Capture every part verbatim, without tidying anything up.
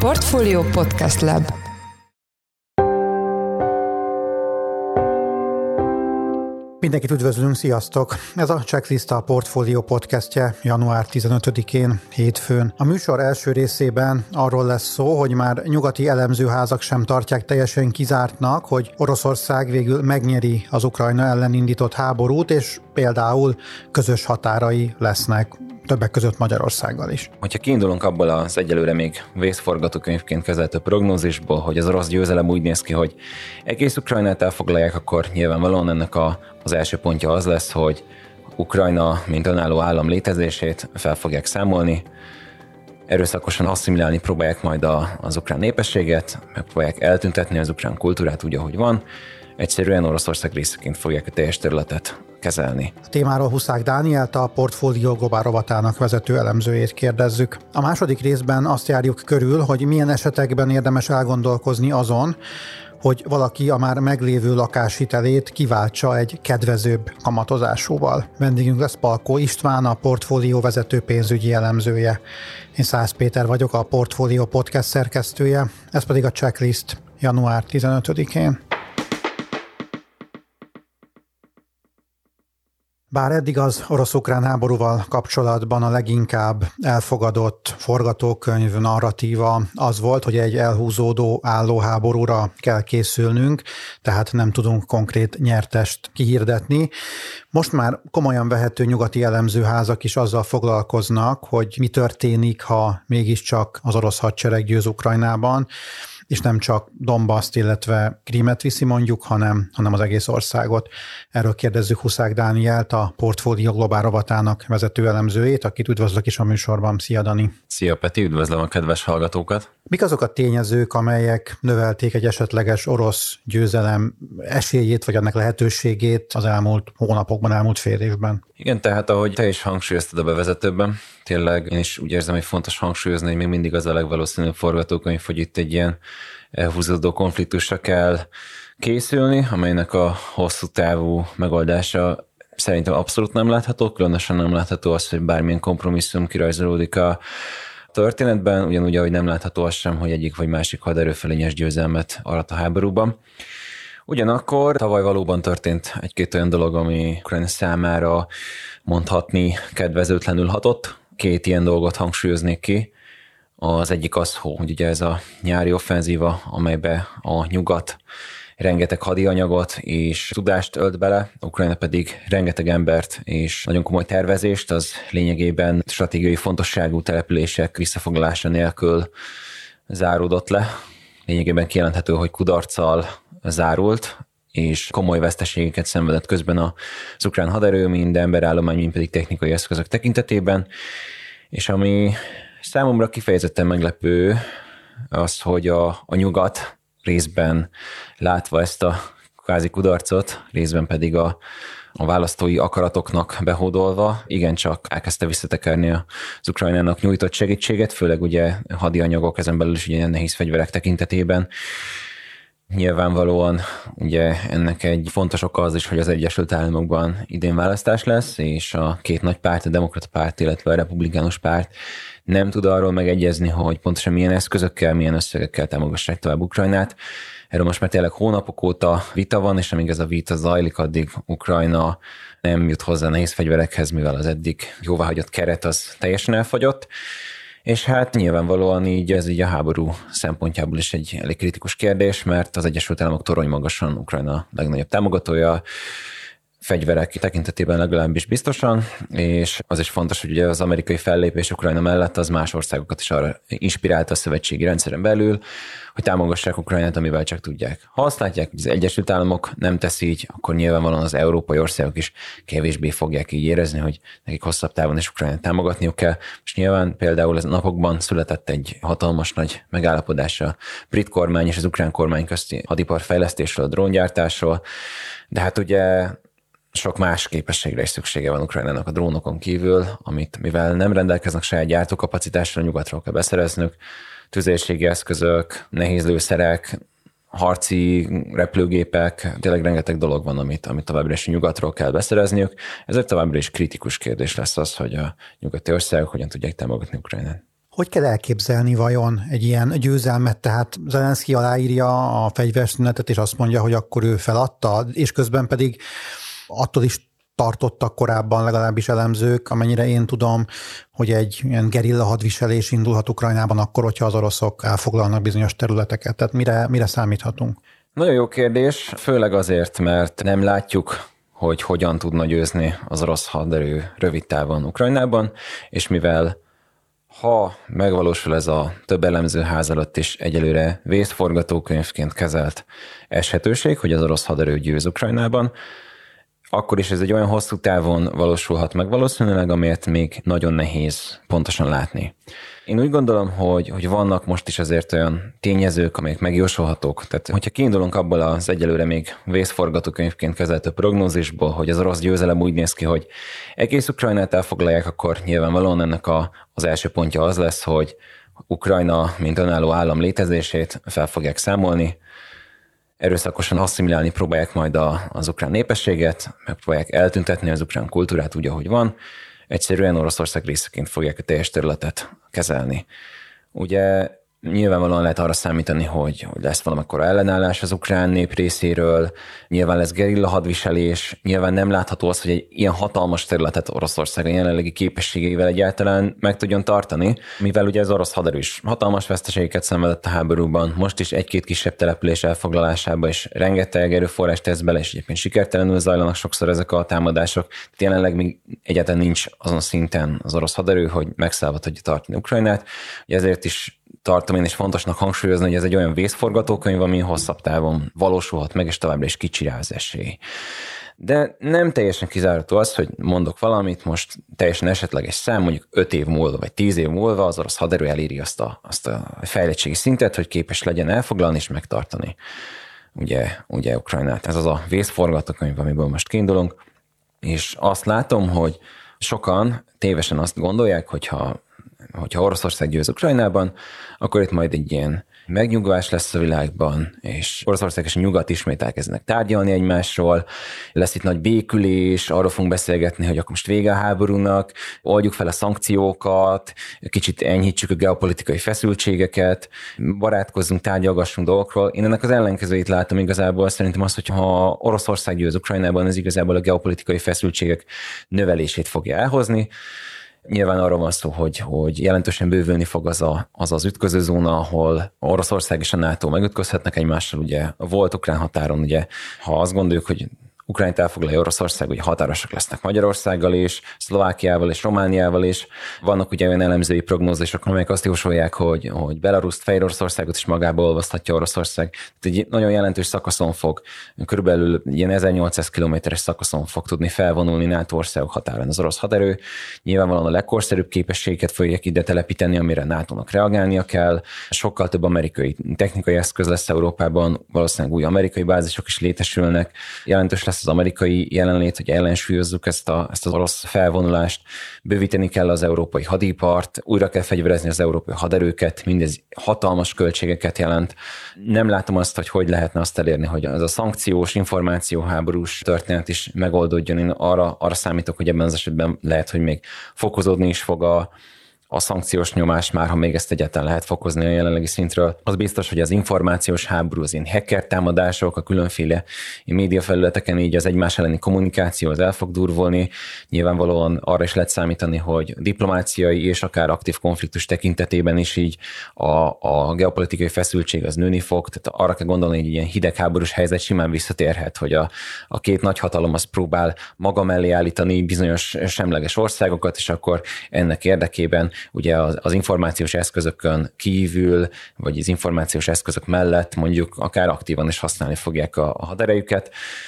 Portfolio Podcast Lab. Mindenkit üdvözlünk, sziasztok! Ez a Checklist a Portfolio podcastje január tizenötödikén, hétfőn. A műsor első részében arról lesz szó, hogy már nyugati elemzőházak sem tartják teljesen kizártnak, hogy Oroszország végül megnyeri az Ukrajna ellen indított háborút, és például közös határai lesznek, többek között Magyarországgal is. Hogyha kiindulunk abból az egyelőre még vészforgatókönyvként kezelhető prognózisból, hogy az orosz győzelem úgy néz ki, hogy egész Ukrajnát elfoglalják, akkor nyilvánvalóan ennek a, az első pontja az lesz, hogy Ukrajna, mint önálló állam létezését fel fogják számolni, erőszakosan asszimilálni próbálják majd a, az ukrán népességet, megpróbálják eltüntetni az ukrán kultúrát úgy, ahogy van, egyszerűen Oroszország részeként fogják a teljes területet kezelni. A témáról Huszák Dánielt, a Portfolio globál rovatának vezető elemzőjét kérdezzük. A második részben azt járjuk körül, hogy milyen esetekben érdemes elgondolkozni azon, hogy valaki a már meglévő lakáshitelét kiváltsa egy kedvezőbb kamatozásúval. Vendégünk lesz Palkó István, a Portfolio vezető pénzügyi elemzője. Én Szász Péter vagyok, a Portfolio podcast szerkesztője, ez pedig a Checklist január tizenötödikén. Bár eddig az orosz-ukrán háborúval kapcsolatban a leginkább elfogadott forgatókönyv, narratíva az volt, hogy egy elhúzódó álló háborúra kell készülnünk, tehát nem tudunk konkrét nyertest kihirdetni. Most már komolyan vehető nyugati elemzőházak is azzal foglalkoznak, hogy mi történik, ha mégiscsak az orosz hadsereg győz Ukrajnában, és nem csak Donbaszt, illetve Krímet viszi mondjuk, hanem, hanem az egész országot. Erről kérdezzük Huszák Dánielt, a Portfolio globál rovatának vezető elemzőjét, akit üdvözlök is a műsorban. Szia, Dani! Szia, Peti, üdvözlöm a kedves hallgatókat! Mik azok a tényezők, amelyek növelték egy esetleges orosz győzelem esélyét, vagy annak lehetőségét az elmúlt hónapokban, elmúlt fél évben? Igen, tehát ahogy te is hangsúlyoztad a bevezetőben, tényleg én is úgy érzem, hogy fontos hangsúlyozni, hogy még mindig az a legvalószínűbb forgatókönyv, hogy itt egy ilyen elhúzódó konfliktusra kell készülni, amelynek a hosszú távú megoldása szerintem abszolút nem látható, különösen nem látható az, hogy bármilyen kompromisszum kirajzolódik a történetben, ugyanúgy, ahogy nem látható az sem, hogy egyik vagy másik haderőfölényes győzelmet arat a háborúban. Ugyanakkor tavaly valóban történt egy-két olyan dolog, ami Ukrajna számára mondhatni kedvezőtlenül hatott. Két ilyen dolgot hangsúlyoznék ki. Az egyik az, hogy ugye ez a nyári offenzíva, amelybe a nyugat rengeteg hadianyagot és tudást ölt bele, Ukrajna pedig rengeteg embert és nagyon komoly tervezést, az lényegében stratégiai fontosságú települések visszafoglalása nélkül záródott le. Lényegében kijelenthető, hogy kudarccal zárult, és komoly veszteségeket szenvedett közben az ukrán haderő, mind emberállomány, mind pedig technikai eszközök tekintetében. És ami számomra kifejezetten meglepő, az, hogy a, a nyugat részben látva ezt a kvázi kudarcot, részben pedig a, a választói akaratoknak behódolva, igencsak elkezdte visszatekerni az Ukrajnának nyújtott segítséget, főleg ugye hadianyagok, ezen belül is ugye nehéz fegyverek tekintetében. Nyilvánvalóan ugye ennek egy fontos oka az is, hogy az Egyesült Államokban idén választás lesz, és a két nagy párt, a demokrata párt, illetve a republikánus párt nem tud arról megegyezni, hogy pontosan milyen eszközökkel, milyen összegekkel támogassák tovább Ukrajnát. Erről most már tényleg hónapok óta vita van, és amíg ez a vita zajlik, addig Ukrajna nem jut hozzá nehéz fegyverekhez, mivel az eddig jóváhagyott keret az teljesen elfogyott. És hát nyilvánvalóan így ez így a háború szempontjából is egy elég kritikus kérdés, mert az Egyesült Államok torony magasan Ukrajna legnagyobb támogatója, fegyverek tekintetében legalábbis biztosan, és az is fontos, hogy ugye az amerikai fellépés Ukrajna mellett az más országokat is arra inspirálta a szövetségi rendszeren belül, hogy támogassák Ukrajnát, amivel csak tudják. Ha azt látják, hogy az Egyesült Államok nem tesz így, akkor nyilvánvalóan az európai országok is kevésbé fogják így érezni, hogy nekik hosszabb távon is Ukrajnát támogatniuk kell. És nyilván például az napokban született egy hatalmas nagy megállapodás a brit kormány és az ukrán kormány közti hadiparfejlesztésről, a dróngyártásról, de hát ugye sok más képességre is szüksége van Ukrajnának a drónokon kívül, amit mivel nem rendelkeznek saját gyártókapacitással, nyugatról kell beszereznünk, tüzérségi eszközök, nehéz lőszerek, harci repülőgépek, tényleg rengeteg dolog van, amit, amit továbbra is nyugatról kell beszerezniük. Ezért továbbra is kritikus kérdés lesz az, hogy a nyugati országok hogyan tudják támogatni Ukrajnát. Hogy kell elképzelni vajon egy ilyen győzelmet? Tehát Zelenszky aláírja a fegyverszünetet, és azt mondja, hogy akkor ő feladta, és közben pedig attól is tartottak korábban legalábbis elemzők, amennyire én tudom, hogy egy ilyen gerilla hadviselés indulhat Ukrajnában akkor, hogyha az oroszok elfoglalnak bizonyos területeket. Tehát mire, mire számíthatunk? Nagyon jó kérdés, főleg azért, mert nem látjuk, hogy hogyan tudna győzni az orosz haderő rövid távon Ukrajnában, és mivel ha megvalósul ez a több elemzőház alatt is egyelőre vészforgatókönyvként kezelt eshetőség, hogy az orosz haderő győz Ukrajnában, akkor is ez egy olyan hosszú távon valósulhat meg valószínűleg, amelyet még nagyon nehéz pontosan látni. Én úgy gondolom, hogy, hogy vannak most is azért olyan tényezők, amelyek megjósolhatók. Tehát, hogyha kiindulunk abból az egyelőre még vészforgatókönyvként kezeltő prognózisból, hogy az orosz győzelem úgy néz ki, hogy egész Ukrajnát elfoglalják, akkor nyilvánvalóan ennek a, az első pontja az lesz, hogy Ukrajna, mint önálló állam létezését fel fogják számolni, erőszakosan asszimilálni próbálják majd a, az ukrán népességet, megpróbálják eltüntetni az ukrán kultúrát úgy, ahogy van, egyszerűen Oroszország részeként fogják a teljes területet kezelni. Ugye nyilvánvalóan lehet arra számítani, hogy, hogy lesz valamekkora ellenállás az ukrán nép részéről, nyilván lesz gerilla hadviselés, nyilván nem látható az, hogy egy ilyen hatalmas területet Oroszország a jelenlegi képességeivel egyáltalán meg tudjon tartani, mivel ugye az orosz haderő is hatalmas veszteségeket szenvedett a háborúban, most is egy-két kisebb település elfoglalásába is rengeteg erőforrás tesz bele, és egyébként sikertelenül zajlanak sokszor ezek a támadások. Tehát jelenleg még egyáltalán nincs azon szinten az orosz haderő, hogy megszállva tudja tartani Ukrajnát, ugye ezért is tartom én is fontosnak hangsúlyozni, hogy ez egy olyan vészforgatókönyv, ami hosszabb távon valósulhat meg, és továbbra is kicsi rá az esély. De nem teljesen kizárható az, hogy mondok valamit, most teljesen esetleges szám, mondjuk öt év múlva, vagy tíz év múlva az orosz haderő eléri azt a, azt a fejlettségi szintet, hogy képes legyen elfoglalni és megtartani ugye, ugye Ukrajnát. Ez az a vészforgatókönyv, amiből most kiindulunk, és azt látom, hogy sokan tévesen azt gondolják, hogyha hogyha Oroszország győz Ukrajnában, akkor itt majd egy ilyen megnyugvás lesz a világban, és Oroszország és a nyugat ismét elkezdenek tárgyalni egymásról, lesz itt nagy békülés, arról fogunk beszélgetni, hogy akkor most vége a háborúnak, oldjuk fel a szankciókat, kicsit enyhítsük a geopolitikai feszültségeket, barátkozzunk, tárgyalgassunk dolgokról. Én ennek az ellenkezőjét látom igazából, szerintem azt, hogyha Oroszország győz Ukrajnában, ez igazából a geopolitikai feszültségek növelését fogja elhozni. Nyilván arról van szó, hogy, hogy jelentősen bővülni fog az, a, az az ütközőzóna, ahol Oroszország és a NATO megütközhetnek egymással, ugye a volt ukrán határon, ugye, ha azt gondoljuk, hogy Ukrajnát elfoglalja Oroszország, hogy határosak lesznek Magyarországgal is, Szlovákiával és Romániával is. Vannak ugye olyan elemzői prognózisok, amelyek azt jósolják, hogy, hogy Belaruszt, Fehéroroszországot is magába olvaszthatja Oroszország. Tehát egy nagyon jelentős szakaszon fog, körülbelül ilyen ezernyolcszáz kilométeres szakaszon fog tudni felvonulni NATO országok határán az orosz haderő. Nyilvánvalóan a legkorszerűbb képességeket fogják ide telepíteni, amire nátónak reagálnia kell. Sokkal több amerikai technikai eszköz lesz Európában, valószínűleg új amerikai bázisok is létesülnek. Jelentős lesz az amerikai jelenlét, hogy ellensúlyozzuk ezt, a, ezt az orosz felvonulást, bővíteni kell az európai hadipart, újra kell fegyverezni az európai haderőket, mindez hatalmas költségeket jelent. Nem látom azt, hogy hogy lehetne azt elérni, hogy az a szankciós, információháborús történet is megoldódjon. Én arra, arra számítok, hogy ebben az esetben lehet, hogy még fokozódni is fog a a szankciós nyomás, már ha még ezt egyáltalán lehet fokozni a jelenlegi szintről. Az biztos, hogy az információs háború, az ilyen hacker támadások, a különféle médiafelületeken így az egymás elleni kommunikáció az el fog durvolni. Nyilvánvalóan arra is lehet számítani, hogy diplomáciai és akár aktív konfliktus tekintetében is így a, a geopolitikai feszültség az nőni fog. Tehát arra kell gondolni, hogy egy ilyen hidegháborús helyzet simán visszatérhet, hogy a, a két nagyhatalom az próbál maga mellé állítani bizonyos semleges országokat, és akkor ennek érdekében ugye az, az információs eszközökön kívül, vagy az információs eszközök mellett mondjuk akár aktívan is használni fogják a, a haderejüket.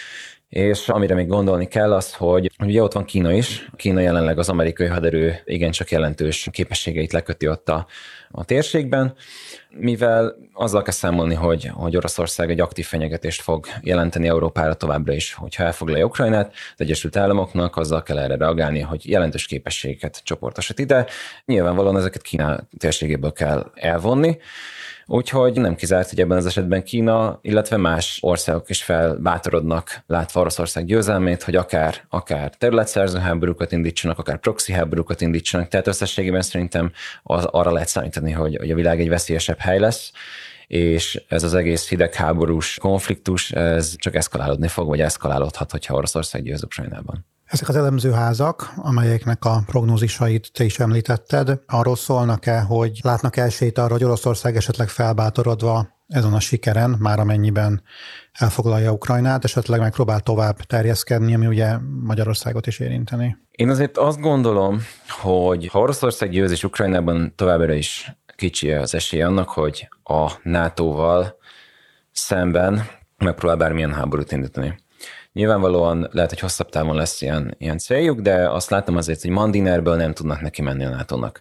És amire még gondolni kell az, hogy ugye ott van Kína is. Kína jelenleg az amerikai haderő igencsak jelentős képességeit leköti ott a, a térségben, mivel azzal kell számolni, hogy, hogy Oroszország egy aktív fenyegetést fog jelenteni Európára továbbra is, hogyha elfoglalja Ukrajnát, az Egyesült Államoknak azzal kell erre reagálni, hogy jelentős képességeket csoportosít ide. Nyilvánvalóan ezeket Kína térségéből kell elvonni. Úgyhogy nem kizárt, hogy ebben az esetben Kína, illetve más országok is felbátorodnak, látva Oroszország győzelmét, hogy akár, akár területszerző háborúkat indítsanak, akár proxy háborúkat indítsanak. Tehát összességében szerintem az, arra lehet számítani, hogy, hogy a világ egy veszélyesebb hely lesz, és ez az egész hidegháborús konfliktus, ez csak eszkalálódni fog, vagy eszkalálódhat, hogyha Oroszország győz Ukrajnában. Ezek az elemzőházak, amelyeknek a prognózisait te is említetted, arról szólnak-e, hogy látnak esélyt arra, hogy Oroszország esetleg felbátorodva ezen a sikeren, már amennyiben elfoglalja Ukrajnát, esetleg megpróbál tovább terjeszkedni, ami ugye Magyarországot is érinteni? Én azért azt gondolom, hogy ha Oroszország győz és Ukrajnában továbbra is kicsi az esély annak, hogy a nátóval szemben megpróbál bármilyen háborút indítani. Nyilvánvalóan lehet, hogy hosszabb távon lesz ilyen, ilyen céljuk, de azt látom azért, hogy mandinerből nem tudnak neki menni a nátónak.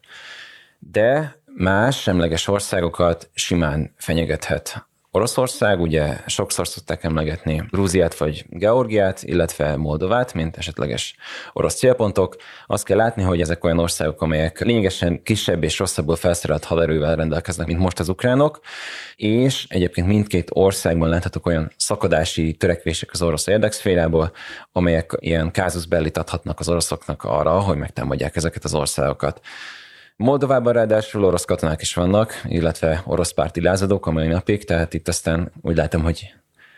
De más semleges országokat simán fenyegethet Oroszország, ugye sokszor szokták emlegetni Grúziát vagy Georgiát, illetve Moldovát, mint esetleges orosz célpontok. Azt kell látni, hogy ezek olyan országok, amelyek lényegesen kisebb és rosszabbul felszerelt haderővel rendelkeznek, mint most az ukránok, és egyébként mindkét országban láthatók olyan szakadási törekvések az orosz érdekszférából, amelyek ilyen casus bellit adhatnak az oroszoknak arra, hogy megtámadják ezeket az országokat. Moldovában ráadásul orosz katonák is vannak, illetve orosz párti lázadók a mai napig, tehát itt aztán úgy látom, hogy,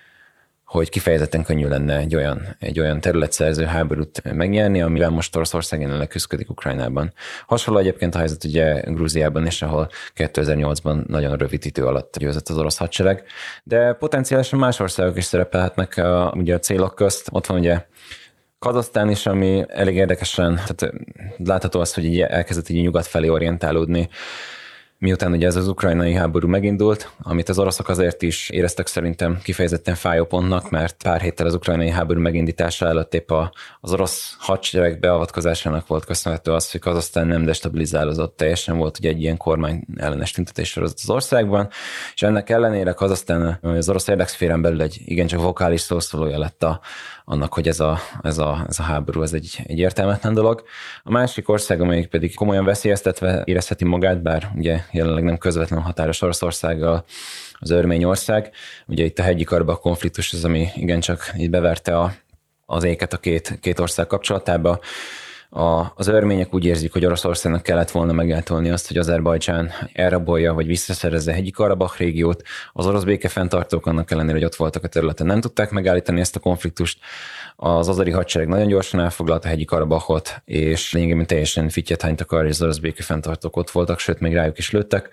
hogy kifejezetten könnyű lenne egy olyan, egy olyan területszerző háborút megnyerni, amivel most Oroszország jelenleg küzdik Ukrajnában. Hasonló egyébként a helyzet ugye Grúziában is, ahol kétezer-nyolcban nagyon rövid idő alatt győzött az orosz hadsereg, de potenciálisan más országok is szerepelhetnek a, ugye a célok közt. Ott van ugye Kazahsztán is, ami elég érdekesen, tehát látható az, hogy így elkezdett így nyugat felé orientálódni, miután ugye ez az ukrajnai háború megindult, amit az oroszok azért is éreztek szerintem kifejezetten fájó pontnak, mert pár héttel az ukrajnai háború megindítása előtt épp az orosz hadsereg beavatkozásának volt köszönhető az, hogy Kazahsztán nem destabilizálódott teljesen, volt ugye egy ilyen kormány ellenes tüntetés az országban, és ennek ellenére Kazahsztán az orosz érdekszférán belül egy igencsak vokális szószólója lett a, annak, hogy ez a, ez a, ez a háború ez egy, egy értelmetlen dolog. A másik ország, amelyik pedig komolyan veszélyeztetve érezheti magát, bár ugye jelenleg nem közvetlenül határos Oroszországgal, az Örményország. Ugye itt a hegyi Karabakh konfliktus az, ami igencsak így beverte a, az éket a két, két ország kapcsolatába. A, az örmények úgy érzik, hogy Oroszországnak kellett volna megáltolni azt, hogy Azerbajdzsán elrabolja vagy visszaszerezze a hegyi Karabakh régiót. Az orosz békefenntartók annak ellenére, hogy ott voltak a területen, nem tudták megállítani ezt a konfliktust. Az azeri hadsereg nagyon gyorsan elfoglalta a hegyi Karabachot, és lényegében teljesen fittyet hánytak arra, hogy az orosz békefenntartók ott voltak, sőt, még rájuk is lőttek.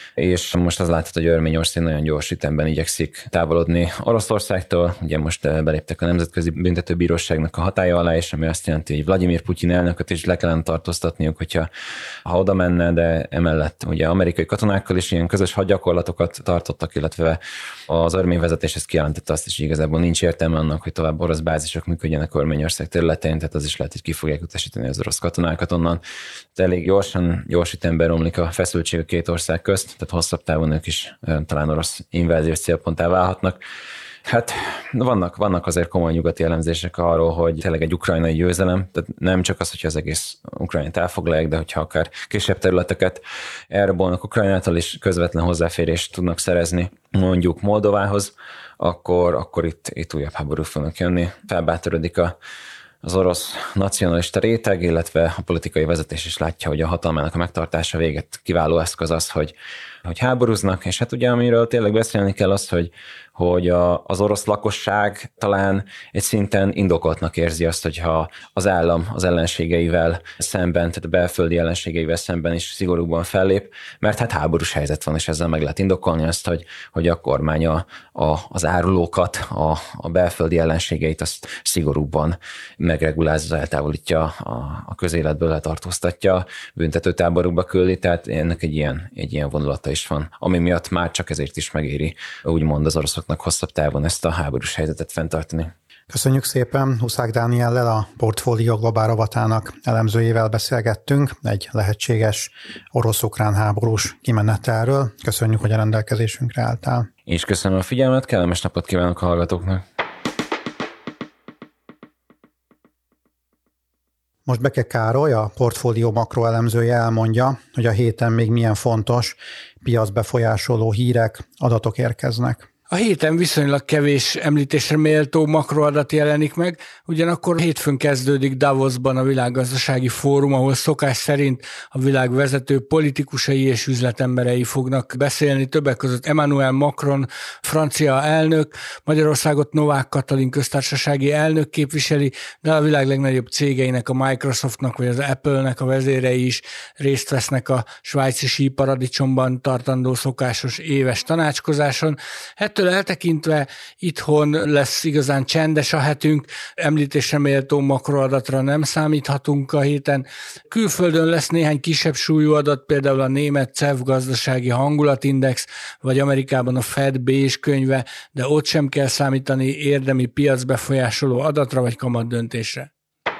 És most az látható, hogy Örményország nagyon gyors ütemben igyekszik távolodni Oroszországtól. Ugye most beléptek a Nemzetközi Büntetőbíróságnak a hatálya alá, és ami azt jelenti, hogy Vladimir Putyin elnököt is le kellene tartóztatniuk, hogyha ha oda menne, de emellett ugye amerikai katonákkal is ilyen közös hadgyakorlatokat tartottak, illetve az örmény vezetés ezt kijelentette azt is, hogy igazából nincs értelme annak, hogy tovább orosz bázisok működjenek Örményország területén, tehát az is lehet, hogy ki fogják utasítani az orosz katonákat onnan. Tehát elég gyorsan, gyors ütemben romlik a feszültség a két ország közt, tehát hosszabb távon ők is talán orosz inváziós célponttá válhatnak. Hát vannak, vannak azért komoly nyugati elemzések arról, hogy tényleg egy ukrajnai győzelem, tehát nem csak az, hogyha az egész Ukrajnát elfoglalják, de hogyha akár kisebb területeket elrabolnak Ukrajnától, és közvetlen hozzáférést tudnak szerezni mondjuk Moldovához, akkor, akkor itt, itt újabb háború fognak jönni. Felbátorodik a az orosz nacionalista réteg, illetve a politikai vezetés is látja, hogy a hatalmának a megtartása véget kiváló eszköz az, hogy, hogy háborúznak, és hát ugye amiről tényleg beszélni kell az, hogy, hogy a, az orosz lakosság talán egy szinten indokoltnak érzi azt, hogyha az állam az ellenségeivel szemben, tehát a belföldi ellenségeivel szemben is szigorúban fellép, mert hát háborús helyzet van, és ezzel meg lehet indokolni azt, hogy, hogy a kormány a, a, az árulókat, a, a belföldi ellenségeit azt szigorúbban megregulázza, eltávolítja, a, a közéletből letartóztatja, büntetőtáborokba küldi, tehát ennek egy ilyen, egy ilyen vonulata is van, ami miatt már csak ezért is megéri úgymond az oroszoknak hosszabb távon ezt a háborús helyzetet fenntartani. Köszönjük szépen, Huszák Dániellel, a Portfólió Globál rovatának elemzőjével beszélgettünk egy lehetséges orosz-ukrán háborús kimenetelről. Köszönjük, hogy a rendelkezésünkre álltál. És köszönöm a figyelmet, kellemes napot kívánok a hallgatóknak. Most Beke Károly, a Portfólió makroelemzője elmondja, hogy a héten még milyen fontos piacbefolyásoló hírek, adatok érkeznek. A héten viszonylag kevés említésre méltó makroadat jelenik meg, ugyanakkor hétfőn kezdődik Davosban a Világgazdasági Fórum, ahol szokás szerint a világ vezető politikusai és üzletemberei fognak beszélni, többek között Emmanuel Macron, francia elnök, Magyarországot Novák Katalin köztársasági elnök képviseli, de a világ legnagyobb cégeinek, a Microsoftnak vagy az Apple-nek a vezérei is részt vesznek a svájci síparadicsomban tartandó szokásos éves tanácskozáson. Ettől eltekintve itthon lesz igazán csendes a hetünk, említésre méltó makroadatra nem számíthatunk a héten. Külföldön lesz néhány kisebb súlyú adat, például a német cé e ef gazdasági hangulatindex, vagy Amerikában a Fed Beige könyve, de ott sem kell számítani érdemi piacbefolyásoló adatra vagy kamatdöntésre.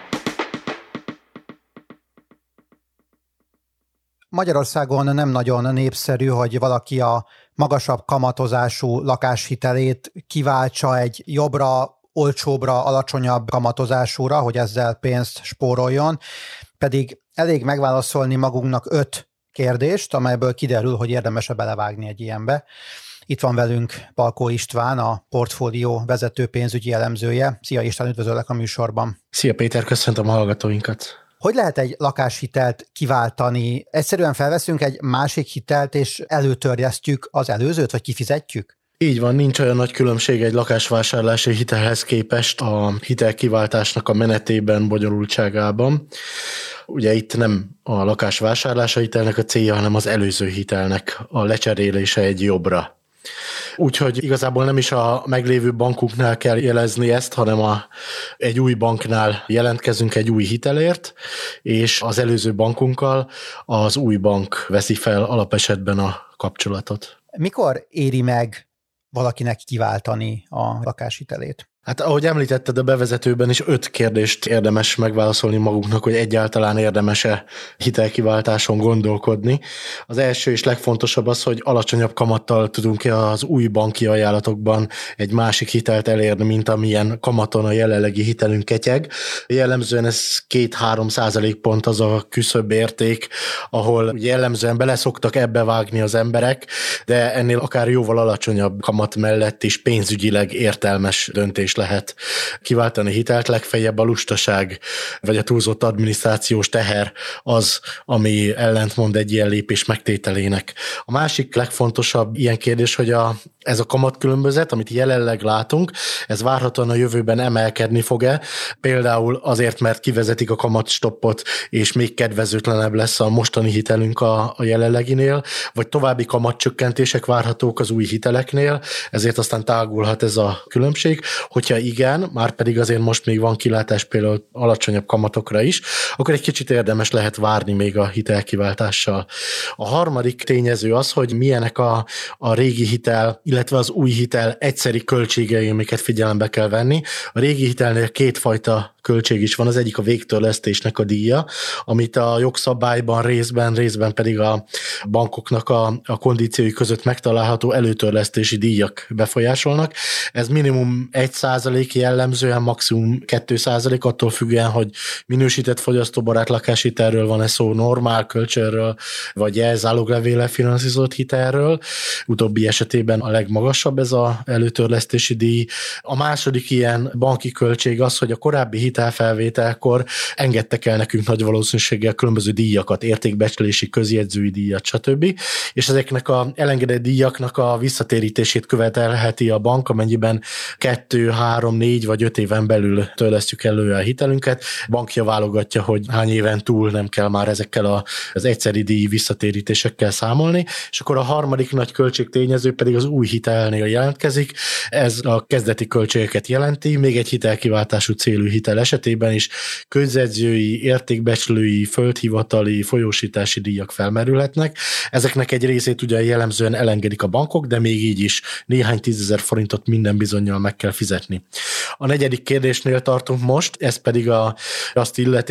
Magyarországon nem nagyon népszerű, hogy valaki a magasabb kamatozású lakáshitelét kiváltsa egy jobbra, olcsóbbra, alacsonyabb kamatozásúra, hogy ezzel pénzt spóroljon, pedig elég megválaszolni magunknak öt kérdést, amelyből kiderül, hogy érdemes-e belevágni egy ilyenbe. Itt van velünk Palkó István, a Portfólió vezető pénzügyi elemzője. Szia István, üdvözöllek a műsorban. Szia Péter, köszöntöm a hallgatóinkat. Hogy lehet egy lakáshitelt kiváltani? Egyszerűen felveszünk egy másik hitelt, és előtörjesztjük az előzőt, vagy kifizetjük? Így van, nincs olyan nagy különbség egy lakásvásárlási hitelhez képest a hitelkiváltásnak a menetében, bonyolultságában. Ugye itt nem a lakásvásárlása hitelnek a célja, hanem az előző hitelnek a lecserélése egy jobbra. Úgyhogy igazából nem is a meglévő bankunknál kell jelezni ezt, hanem a, egy új banknál jelentkezünk egy új hitelért, és az előző bankunkkal az új bank veszi fel alapesetben a kapcsolatot. Mikor éri meg valakinek kiváltani a lakáshitelét? Hát ahogy említetted a bevezetőben is, öt kérdést érdemes megválaszolni magunknak, hogy egyáltalán érdemes-e hitelkiváltáson gondolkodni. Az első és legfontosabb az, hogy alacsonyabb kamattal tudunk-e az új banki ajánlatokban egy másik hitelt elérni, mint amilyen kamaton a jelenlegi hitelünk ketyeg. Jellemzően ez két-három százalékpont az a küszöbb érték, ahol jellemzően beleszoktak ebbe vágni az emberek, de ennél akár jóval alacsonyabb kamat mellett is pénzügyileg értelmes döntés lehet kiváltani hitelt, legfeljebb a lustaság vagy a túlzott adminisztrációs teher az, ami ellentmond egy ilyen lépés megtételének. A másik legfontosabb ilyen kérdés, hogy a, ez a kamatkülönbözet, amit jelenleg látunk, ez várhatóan a jövőben emelkedni fog-e, például azért, mert kivezetik a kamatstoppot, és még kedvezőtlenebb lesz a mostani hitelünk a, a jelenleginél, vagy további kamatcsökkentések várhatók az új hiteleknél, ezért aztán tágulhat ez a különbség. Hogyha igen, már pedig azért most még van kilátás például alacsonyabb kamatokra is, akkor egy kicsit érdemes lehet várni még a hitelkiváltással. A harmadik tényező az, hogy milyenek a, a régi hitel, illetve az új hitel egyszeri költségei, amiket figyelembe kell venni. A régi hitelnél kétfajta költség is van, az egyik a végtörlesztésnek a díja, amit a jogszabályban részben, részben pedig a bankoknak a, a kondíciói között megtalálható előtörlesztési díjak befolyásolnak. Ez minimum egy százalék jellemzően, maximum két százalék, attól függően, hogy minősített fogyasztóbarát lakáshitelről van-e szó, normál kölcsönről, vagy jelzáloglevéllel finanszírozott hitelről. Utóbbi esetében a legmagasabb ez az előtörlesztési díj. A második ilyen banki költség az, hogy a korábbi hitelfelvételkor engedtek el nekünk nagy valószínűséggel különböző díjakat, értékbecslési, közjegyzői díjat, stb. És ezeknek a elengedett díjaknak a visszatérítését követelheti a bank, amennyiben kettő, három, négy vagy öt éven belül törlesztjük elő a hitelünket. A bankja válogatja, hogy hány éven túl nem kell már ezekkel a, az egyszeri díj visszatérítésekkel számolni, és akkor a harmadik nagy költségtényező pedig az új hitelnél jelentkezik. Ez a kezdeti költségeket jelenti, még egy hitelkiváltású célú hitel esetében is közjegyzői, értékbecslői, földhivatali, folyósítási díjak felmerülhetnek. Ezeknek egy részét ugye jellemzően elengedik a bankok, de még így is néhány tízezer forintot minden bizonnyal meg kell fizetni. A negyedik kérdésnél tartunk most, ez pedig a, azt illeti, hogy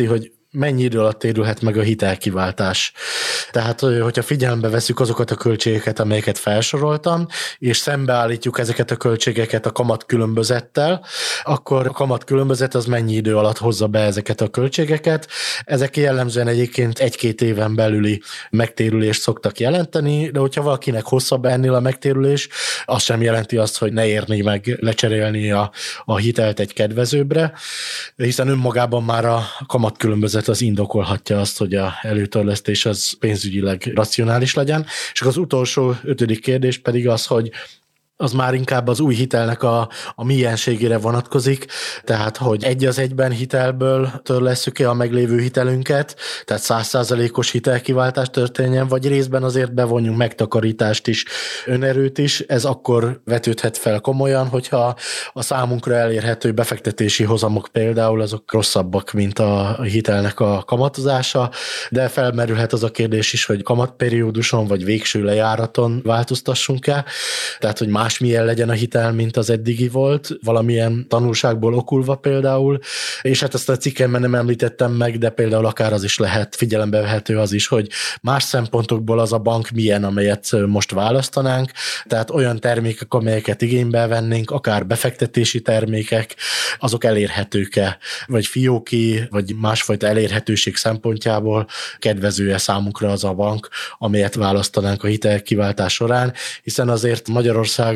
mennyi idő alatt térülhet meg a hitelkiváltás. Tehát, hogyha figyelembe veszük azokat a költségeket, amelyeket felsoroltam, és szembeállítjuk ezeket a költségeket a kamatkülönbözettel, akkor a kamatkülönbözet az mennyi idő alatt hozza be ezeket a költségeket. Ezek jellemzően egyébként egy-két éven belüli megtérülést szoktak jelenteni, de hogyha valakinek hosszabb ennél a megtérülés, az sem jelenti azt, hogy ne érné meg lecserélni a, a hitelt egy kedvezőbbre, hiszen önmagában már a kamatkülönbözet az indokolhatja azt, hogy a előtörlesztés az pénzügyileg racionális legyen. És az utolsó ötödik kérdés pedig az, hogy az már inkább az új hitelnek a, a mienségére vonatkozik, tehát hogy egy az egyben hitelből törlesszük-e a meglévő hitelünket, tehát száz százalékos hitelkiváltás történjen, vagy részben azért bevonjunk megtakarítást is, önerőt is, ez akkor vetődhet fel komolyan, hogyha a számunkra elérhető befektetési hozamok például azok rosszabbak, mint a hitelnek a kamatozása, de felmerülhet az a kérdés is, hogy kamatperióduson vagy végső lejáraton változtassunk-e, tehát hogy más másmilyen legyen a hitel, mint az eddigi volt, valamilyen tanulságból okulva például, és hát ezt a cikkemben nem említettem meg, de például akár az is lehet, figyelembe vehető az is, hogy más szempontokból az a bank milyen, amelyet most választanánk, tehát olyan termékek, amelyeket igénybe vennénk, akár befektetési termékek, azok elérhetők-e, vagy fióki, vagy másfajta elérhetőség szempontjából kedvező-e számunkra az a bank, amelyet választanánk a hitelkiváltás során, hiszen azért Magyarországon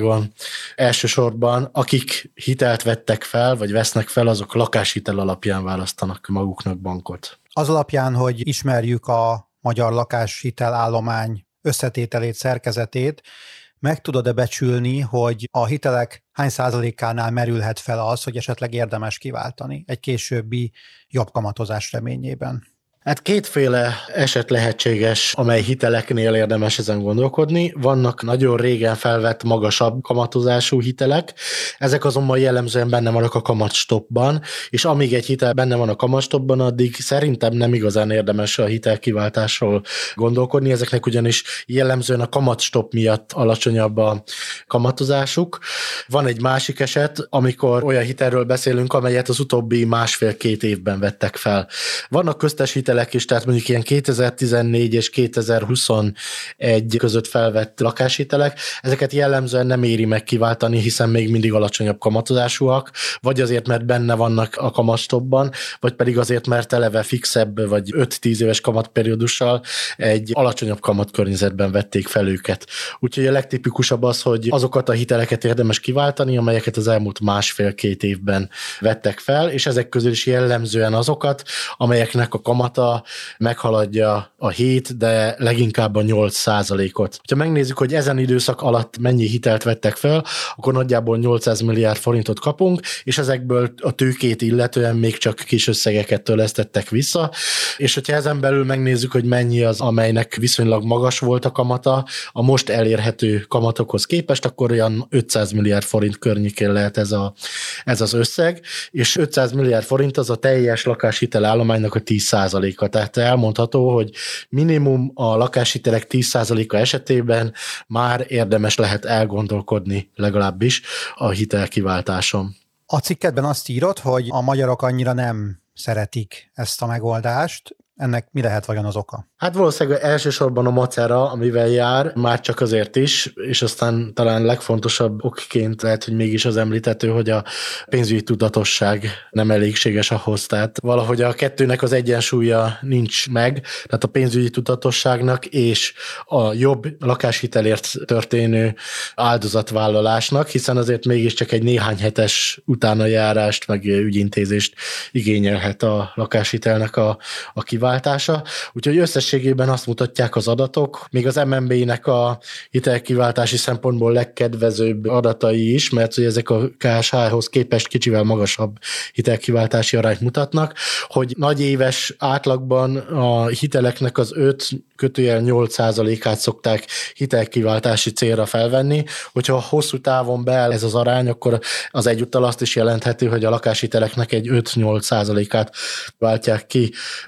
elsősorban akik hitelt vettek fel, vagy vesznek fel, azok lakáshitel alapján választanak maguknak bankot. Az alapján, hogy ismerjük a magyar lakáshitel állomány összetételét, szerkezetét, meg tudod-e becsülni, hogy a hitelek hány százalékánál merülhet fel az, hogy esetleg érdemes kiváltani egy későbbi jobb kamatozás reményében? Hát kétféle eset lehetséges, amely hiteleknél érdemes ezen gondolkodni. Vannak nagyon régen felvett magasabb kamatozású hitelek, ezek azonban jellemzően benne vannak a kamatstoppban, és amíg egy hitel benne van a kamatstoppban, addig szerintem nem igazán érdemes a hitelkiváltásról gondolkodni, ezeknek ugyanis jellemzően a kamatstopp miatt alacsonyabb a kamatozásuk. Van egy másik eset, amikor olyan hitelről beszélünk, amelyet az utóbbi másfél-két évben vettek fel. Vannak köztes hitelek is, tehát mondjuk ilyen kétezer-tizennégy és kétezer-huszonegy között felvett lakáshitelek, ezeket jellemzően nem éri meg kiváltani, hiszen még mindig alacsonyabb kamatozásúak, vagy azért, mert benne vannak a kamatstoppban, vagy pedig azért, mert eleve fixebb, vagy öt-tíz éves kamatperiódussal egy alacsonyabb kamatkörnyezetben vették fel őket. Úgyhogy a legtipikusabb az, hogy azokat a hiteleket érdemes kiváltani, amelyeket az elmúlt másfél-két évben vettek fel, és ezek közül is jellemzően azokat, amelyeknek a kamata meghaladja a hét, de leginkább a nyolc százalékot. Ha megnézzük, hogy ezen időszak alatt mennyi hitelt vettek fel, akkor nagyjából nyolcszáz milliárd forintot kapunk, és ezekből a tőkét illetően még csak kis összegeket törlesztettek vissza, és hogyha ezen belül megnézzük, hogy mennyi az, amelynek viszonylag magas volt a kamata, a most elérhető kamatokhoz képest, akkor olyan ötszáz milliárd forint környékén lehet ez, a, ez az összeg, és ötszáz milliárd forint az a teljes lakáshitel állománynak a tíz százaléka. Tehát elmondható, hogy minimum a lakáshitelek tíz százaléka esetében már érdemes lehet elgondolkodni legalábbis a hitelkiváltáson. A cikkedben azt írod, hogy a magyarok annyira nem szeretik ezt a megoldást. Ennek mi lehet vajon az oka? Hát valószínűleg elsősorban a macera, amivel jár, már csak azért is, és aztán talán legfontosabb okként lehet, hogy mégis az említető, hogy a pénzügyi tudatosság nem elégséges ahhoz. Tehát valahogy a kettőnek az egyensúlya nincs meg, tehát a pénzügyi tudatosságnak és a jobb lakáshitelért történő áldozatvállalásnak, hiszen azért mégiscsak egy néhány hetes utánajárást, meg ügyintézést igényelhet a lakáshitelnek a, a kiváltása. Úgyhogy összességében azt mutatják az adatok, még az em en bé-nek a hitelkiváltási szempontból legkedvezőbb adatai is, mert hogy ezek a ká es há-hoz képest kicsivel magasabb hitelkiváltási arányt mutatnak, hogy nagy éves átlagban a hiteleknek az öt kötőjel nyolc százalékát szokták hitelkiváltási célra felvenni, hogyha hosszú távon beáll ez az arány, akkor az egyúttal azt is jelentheti, hogy a lakáshiteleknek egy öt-nyolc százalékát váltják ki a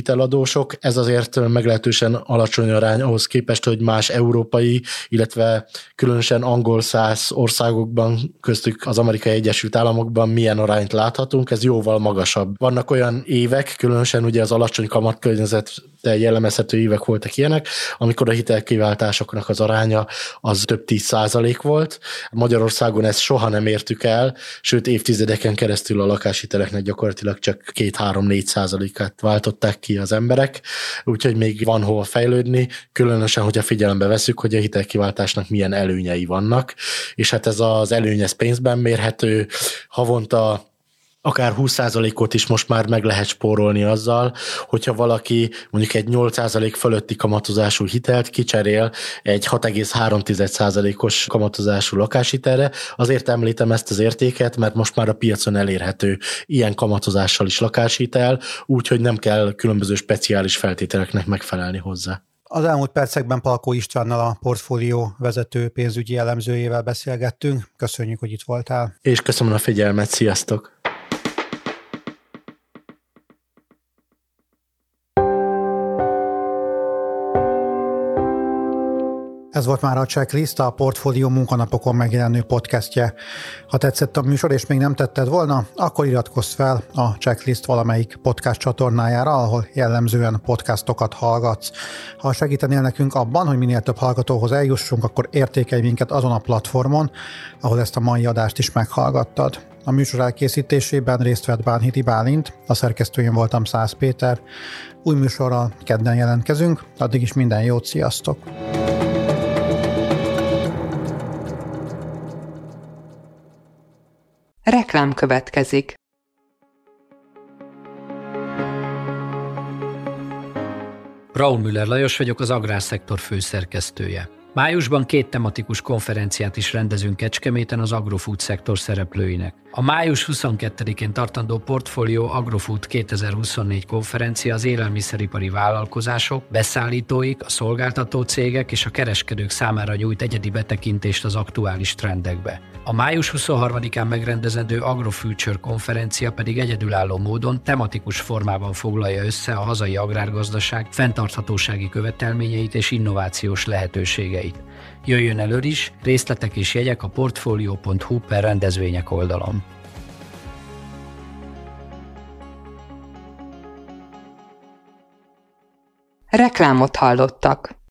hiteladósok. Ez azért meglehetősen alacsony arány ahhoz képest, hogy más európai, illetve különösen angol-szász országokban, köztük az Amerikai Egyesült Államokban milyen arányt láthatunk, ez jóval magasabb. Vannak olyan évek, különösen ugye az alacsony kamatkörnyezettel jellemezhető évek voltak ilyenek, amikor a hitelkiváltásoknak az aránya az több tíz százalék volt. Magyarországon ezt soha nem értük el, sőt évtizedeken keresztül a lakáshiteleknek gyakorlatilag csak két-három-négy százalékát váltották ki az emberek, úgyhogy még van hol fejlődni, különösen, hogyha figyelembe veszük, hogy a hitelkiváltásnak milyen előnyei vannak, és hát ez az előny ez pénzben mérhető, havonta akár húsz százalékot is most már meg lehet spórolni azzal, hogyha valaki mondjuk egy nyolc százalék fölötti kamatozású hitelt kicserél egy hat egész három százalékos kamatozású lakáshitelre. Azért említem ezt az értéket, mert most már a piacon elérhető ilyen kamatozással is lakáshitel, úgyhogy nem kell különböző speciális feltételeknek megfelelni hozzá. Az elmúlt percekben Palkó Istvánnal, a portfólió vezető pénzügyi elemzőjével beszélgettünk. Köszönjük, hogy itt voltál. És köszönöm a figyelmet, sziasztok! Ez volt már a Checklist, a Portfólió munkanapokon megjelenő podcastje. Ha tetszett a műsor és még nem tetted volna, akkor iratkozz fel a Checklist valamelyik podcast csatornájára, ahol jellemzően podcastokat hallgatsz. Ha segítenél nekünk abban, hogy minél több hallgatóhoz eljussunk, akkor értékelj minket azon a platformon, ahol ezt a mai adást is meghallgattad. A műsor elkészítésében részt vett Bánhidi Bálint, a szerkesztőjén voltam Szász Péter. Új műsorral kedden jelentkezünk, addig is minden jót, sziasztok! Reklám következik. Braun Müller Lajos vagyok, az Agrárszektor főszerkesztője. Májusban két tematikus konferenciát is rendezünk Kecskeméten az agrofood szektor szereplőinek. A május huszonkettedikén tartandó Portfolio Agrofood kétezer-huszonnégy konferencia az élelmiszeripari vállalkozások, beszállítóik, a szolgáltató cégek és a kereskedők számára nyújt egyedi betekintést az aktuális trendekbe. A május huszonharmadikán megrendezendő AgroFuture konferencia pedig egyedülálló módon tematikus formában foglalja össze a hazai agrárgazdaság fenntarthatósági követelményeit és innovációs lehetőségeit. Jöjjön elő is, részletek és jegyek a portfolio pont hu per rendezvények oldalon. Reklámot hallottak.